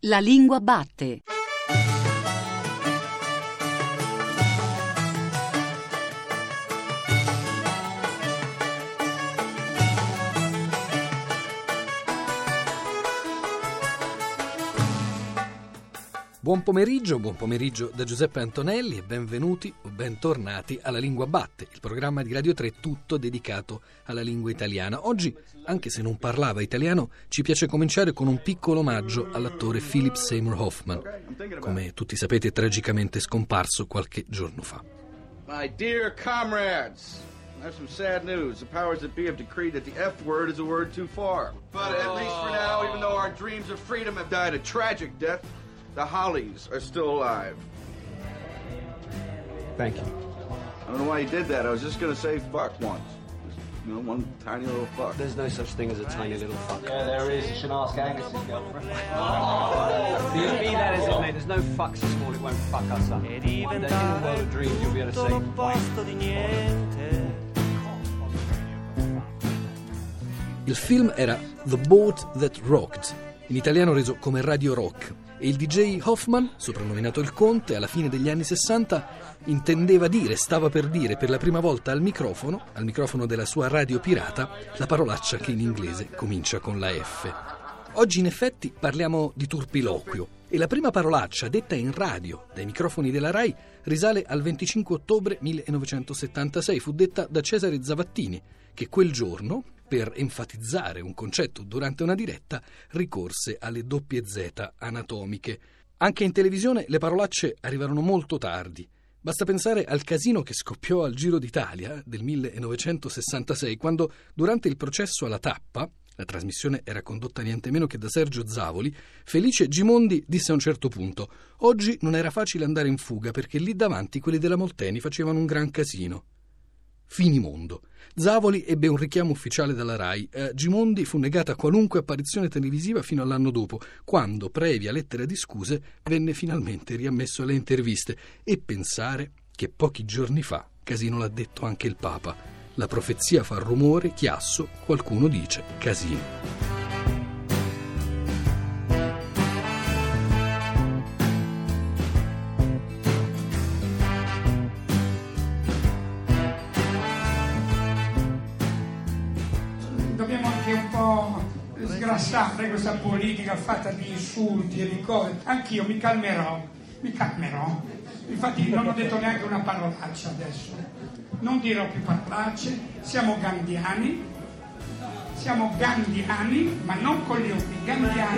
La lingua batte. Buon pomeriggio da Giuseppe Antonelli e benvenuti o bentornati alla Lingua Batte, il programma di Radio 3 tutto dedicato alla lingua italiana. Oggi, anche se non parlava italiano, ci piace cominciare con un piccolo omaggio all'attore Philip Seymour Hoffman, come tutti sapete tragicamente scomparso qualche giorno fa. My dear comrades, I have some sad news. The powers that be have decreed that the F word is a word too far. But at least for now, even though our dreams of freedom have died a tragic death, the Hollies are still alive. Thank you. I don't know why he did that. I was just gonna say fuck once. You know, one tiny little fuck. There's no such thing as a tiny little fuck. Yeah, there is. You should ask Angus's girlfriend. Be that as it may, there's no fuck so small it won't fuck us up. One day, in the world of dreams, you'll be able to say Il film era The Boat That Rocked, in italiano reso come Radio Rock, e il DJ Hoffman, soprannominato il Conte, alla fine degli anni 60 stava per dire per la prima volta al microfono della sua radio pirata, la parolaccia che in inglese comincia con la F. Oggi in effetti parliamo di turpiloquio e la prima parolaccia detta in radio dai microfoni della Rai risale al 25 ottobre 1976, fu detta da Cesare Zavattini, che quel giorno, per enfatizzare un concetto durante una diretta, ricorse alle doppie Z anatomiche. Anche in televisione le parolacce arrivarono molto tardi. Basta pensare al casino che scoppiò al Giro d'Italia del 1966, quando durante il processo alla tappa, la trasmissione era condotta niente meno che da Sergio Zavoli, Felice Gimondi disse a un certo punto: «Oggi non era facile andare in fuga perché lì davanti quelli della Molteni facevano un gran casino». Finimondo. Zavoli ebbe un richiamo ufficiale dalla Rai. Gimondi fu negata qualunque apparizione televisiva fino all'anno dopo, quando, previa lettera di scuse, venne finalmente riammesso alle interviste. E pensare che pochi giorni fa, casino l'ha detto anche il Papa, la profezia fa rumore, chiasso, qualcuno dice casino. Dobbiamo anche un po' sgrassare questa politica fatta di insulti e di cose. Anch'io mi calmerò. Infatti non ho detto neanche una parolaccia adesso. Non dirò più parolacce. Siamo gandiani, ma non coglioni, gandiani.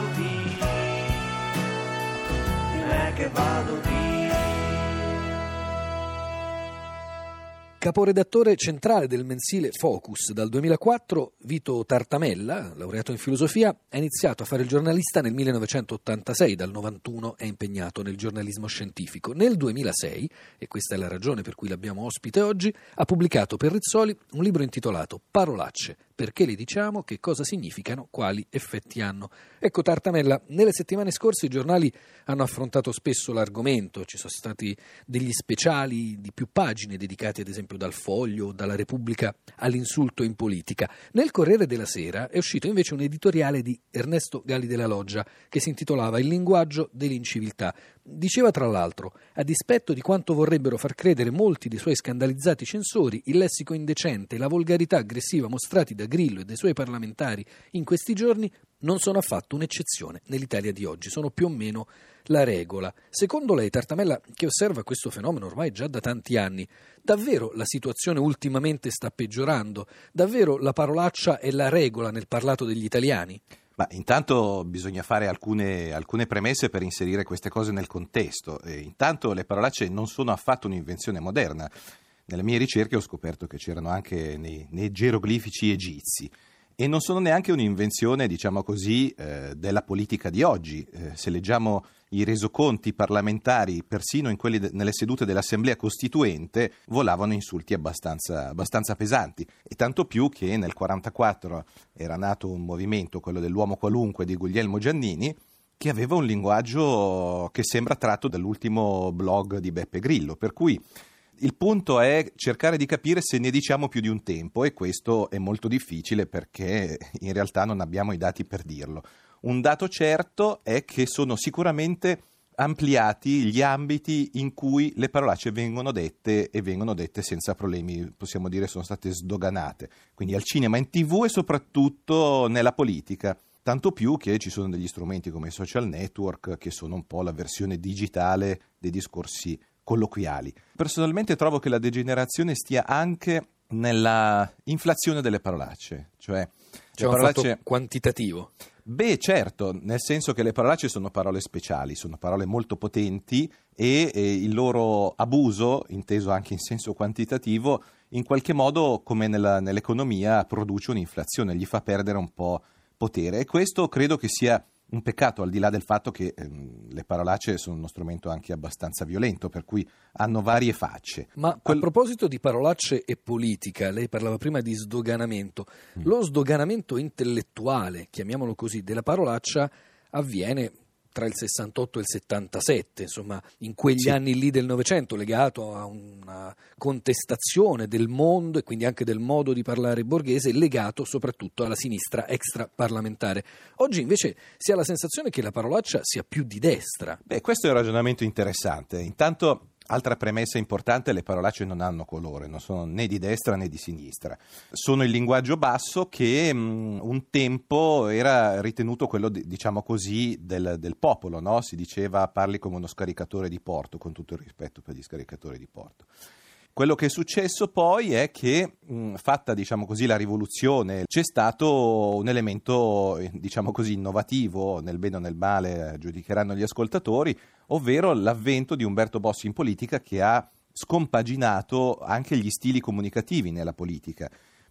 Caporedattore centrale del mensile Focus dal 2004, Vito Tartamella, laureato in filosofia, ha iniziato a fare il giornalista nel 1986, dal 91 è impegnato nel giornalismo scientifico. Nel 2006, e questa è la ragione per cui l'abbiamo ospite oggi, ha pubblicato per Rizzoli un libro intitolato Parolacce, perché le diciamo, che cosa significano, quali effetti hanno. Ecco Tartamella, nelle settimane scorse i giornali hanno affrontato spesso l'argomento, ci sono stati degli speciali di più pagine dedicati ad esempio dal Foglio, dalla Repubblica all'insulto in politica. Nel Corriere della Sera è uscito invece un editoriale di Ernesto Galli della Loggia che si intitolava Il linguaggio dell'inciviltà. Diceva tra l'altro: a dispetto di quanto vorrebbero far credere molti dei suoi scandalizzati censori, il lessico indecente e la volgarità aggressiva mostrati da Grillo e dai suoi parlamentari in questi giorni non sono affatto un'eccezione nell'Italia di oggi, sono più o meno la regola. Secondo lei, Tartamella, che osserva questo fenomeno ormai già da tanti anni, davvero la situazione ultimamente sta peggiorando? Davvero la parolaccia è la regola nel parlato degli italiani? Ma intanto bisogna fare alcune premesse per inserire queste cose nel contesto. Intanto le parolacce non sono affatto un'invenzione moderna. Nelle mie ricerche ho scoperto che c'erano anche nei geroglifici egizi. E non sono neanche un'invenzione, diciamo così, della politica di oggi. Se leggiamo i resoconti parlamentari, persino in quelli nelle sedute dell'Assemblea Costituente, volavano insulti abbastanza pesanti. E tanto più che nel 1944 era nato un movimento, quello dell'uomo qualunque di Guglielmo Giannini, che aveva un linguaggio che sembra tratto dall'ultimo blog di Beppe Grillo. Per cui il punto è cercare di capire se ne diciamo più di un tempo, e questo è molto difficile perché in realtà non abbiamo i dati per dirlo. Un dato certo è che sono sicuramente ampliati gli ambiti in cui le parolacce vengono dette e vengono dette senza problemi, possiamo dire sono state sdoganate, quindi al cinema, in TV e soprattutto nella politica, tanto più che ci sono degli strumenti come i social network che sono un po' la versione digitale dei discorsi colloquiali. Personalmente trovo che la degenerazione stia anche nella inflazione delle parolacce, cioè C'è un fatto quantitativo. Beh, certo, nel senso che le parolacce sono parole speciali, sono parole molto potenti e il loro abuso, inteso anche in senso quantitativo, in qualche modo, come nell'economia, produce un'inflazione, gli fa perdere un po' potere. E questo credo che sia un peccato, al di là del fatto che le parolacce sono uno strumento anche abbastanza violento, per cui hanno varie facce. Ma a proposito di parolacce e politica, lei parlava prima di sdoganamento. Lo sdoganamento intellettuale, chiamiamolo così, della parolaccia avviene tra il 68 e il 77, insomma, in quegli anni lì del Novecento, legato a una contestazione del mondo e quindi anche del modo di parlare borghese, legato soprattutto alla sinistra extraparlamentare. Oggi invece si ha la sensazione che la parolaccia sia più di destra. Beh, questo è un ragionamento interessante. Intanto, altra premessa importante, le parolacce non hanno colore, non sono né di destra né di sinistra. Sono il linguaggio basso che un tempo era ritenuto quello, diciamo così, del popolo, no? Si diceva parli come uno scaricatore di porto, con tutto il rispetto per gli scaricatori di porto. Quello che è successo poi è che, fatta diciamo così la rivoluzione, c'è stato un elemento diciamo così innovativo, nel bene o nel male giudicheranno gli ascoltatori, ovvero l'avvento di Umberto Bossi in politica, che ha scompaginato anche gli stili comunicativi nella politica,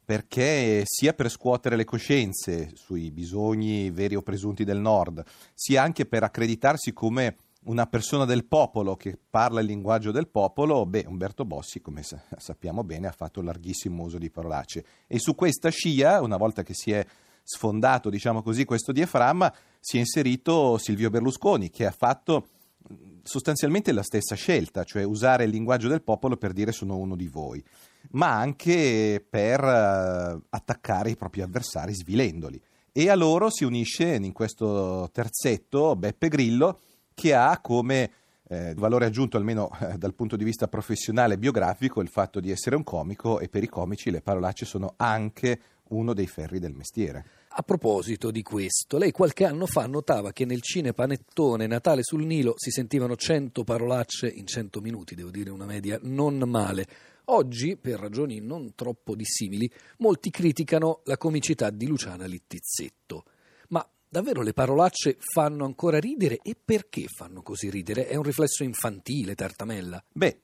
perché sia per scuotere le coscienze sui bisogni veri o presunti del Nord, sia anche per accreditarsi come una persona del popolo che parla il linguaggio del popolo, Umberto Bossi, come sappiamo bene, ha fatto larghissimo uso di parolacce. E su questa scia, una volta che si è sfondato, diciamo così, questo diaframma, si è inserito Silvio Berlusconi, che ha fatto sostanzialmente la stessa scelta, cioè usare il linguaggio del popolo per dire sono uno di voi, ma anche per attaccare i propri avversari svilendoli. E a loro si unisce in questo terzetto Beppe Grillo, che ha come valore aggiunto, almeno dal punto di vista professionale e biografico, il fatto di essere un comico, e per i comici le parolacce sono anche uno dei ferri del mestiere. A proposito di questo, lei qualche anno fa notava che nel cinepanettone Natale sul Nilo si sentivano 100 parolacce in 100 minuti, devo dire una media non male. Oggi, per ragioni non troppo dissimili, molti criticano la comicità di Luciana Littizzetto. Ma davvero le parolacce fanno ancora ridere? E perché fanno così ridere? È un riflesso infantile, tartamella?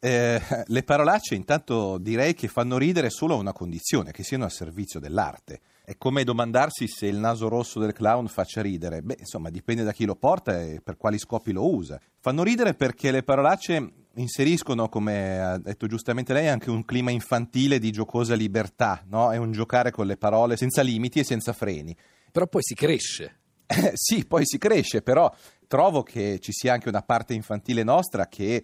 Le parolacce intanto direi che fanno ridere solo a una condizione, che siano a servizio dell'arte. È come domandarsi se il naso rosso del clown faccia ridere. Insomma, dipende da chi lo porta e per quali scopi lo usa. Fanno ridere perché le parolacce inseriscono, come ha detto giustamente lei, anche un clima infantile di giocosa libertà, no? È un giocare con le parole senza limiti e senza freni. Però poi si cresce. Sì, poi si cresce, però trovo che ci sia anche una parte infantile nostra che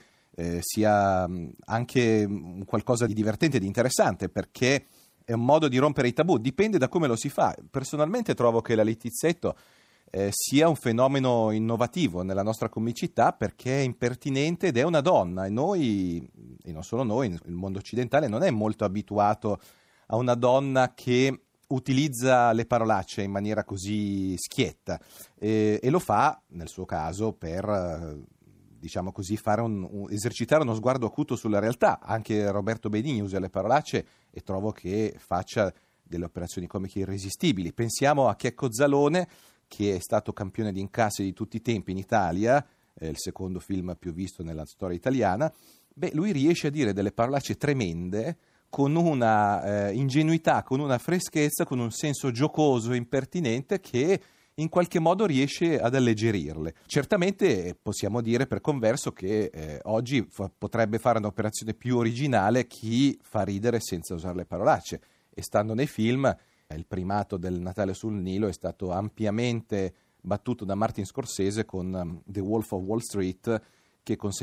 sia anche qualcosa di divertente, di interessante, perché è un modo di rompere i tabù, dipende da come lo si fa. Personalmente trovo che la Littizzetto sia un fenomeno innovativo nella nostra comicità, perché è impertinente ed è una donna, e noi, e non solo noi, il mondo occidentale non è molto abituato a una donna che utilizza le parolacce in maniera così schietta, e lo fa nel suo caso per diciamo così fare esercitare uno sguardo acuto sulla realtà. Anche Roberto Benigni usa le parolacce e trovo che faccia delle operazioni comiche irresistibili. Pensiamo a Checco Zalone, che è stato campione di incassi di tutti i tempi in Italia, il secondo film più visto nella storia italiana. Lui riesce a dire delle parolacce tremende con una ingenuità, con una freschezza, con un senso giocoso e impertinente che in qualche modo riesce ad alleggerirle. Certamente possiamo dire per converso che oggi potrebbe fare un'operazione più originale chi fa ridere senza usare le parolacce, e stando nei film il primato del Natale sul Nilo è stato ampiamente battuto da Martin Scorsese con The Wolf of Wall Street, che con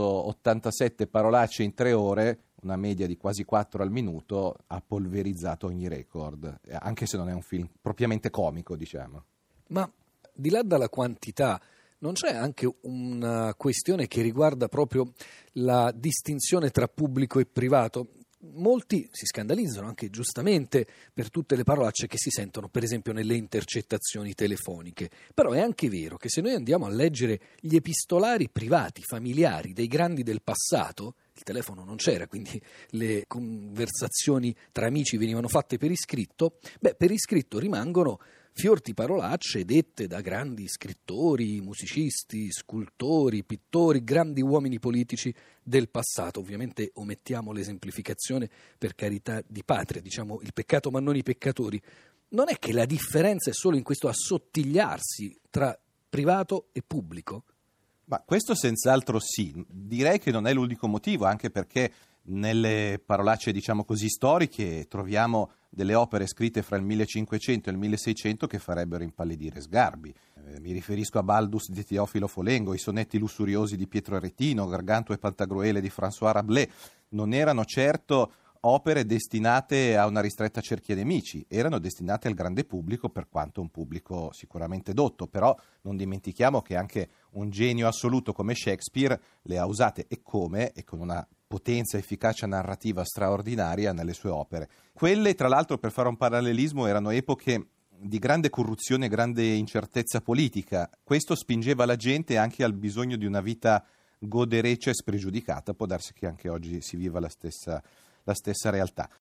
687 parolacce in 3 ore, una media di quasi 4 al minuto, ha polverizzato ogni record, anche se non è un film propriamente comico, diciamo. Ma di là dalla quantità, non c'è anche una questione che riguarda proprio la distinzione tra pubblico e privato? Molti si scandalizzano anche giustamente per tutte le parolacce che si sentono, per esempio, nelle intercettazioni telefoniche. Però è anche vero che se noi andiamo a leggere gli epistolari privati, familiari dei grandi del passato, il telefono non c'era, quindi le conversazioni tra amici venivano fatte per iscritto, per iscritto rimangono fior di parolacce dette da grandi scrittori, musicisti, scultori, pittori, grandi uomini politici del passato. Ovviamente omettiamo l'esemplificazione per carità di patria, diciamo il peccato ma non i peccatori. Non è che la differenza è solo in questo assottigliarsi tra privato e pubblico? Ma questo senz'altro sì, direi che non è l'unico motivo, anche perché nelle parolacce, diciamo così, storiche troviamo delle opere scritte fra il 1500 e il 1600 che farebbero impallidire Sgarbi. Mi riferisco a Baldus di Teofilo Folengo, i sonetti lussuriosi di Pietro Aretino, Gargantua e Pantagruele di François Rabelais. Non erano certo opere destinate a una ristretta cerchia di amici, erano destinate al grande pubblico, per quanto un pubblico sicuramente dotto, però non dimentichiamo che anche un genio assoluto come Shakespeare le ha usate e come, e con una potenza e efficacia narrativa straordinaria nelle sue opere. Quelle, tra l'altro, per fare un parallelismo, erano epoche di grande corruzione e grande incertezza politica. Questo spingeva la gente anche al bisogno di una vita godereccia e spregiudicata. Può darsi che anche oggi si viva la stessa realtà.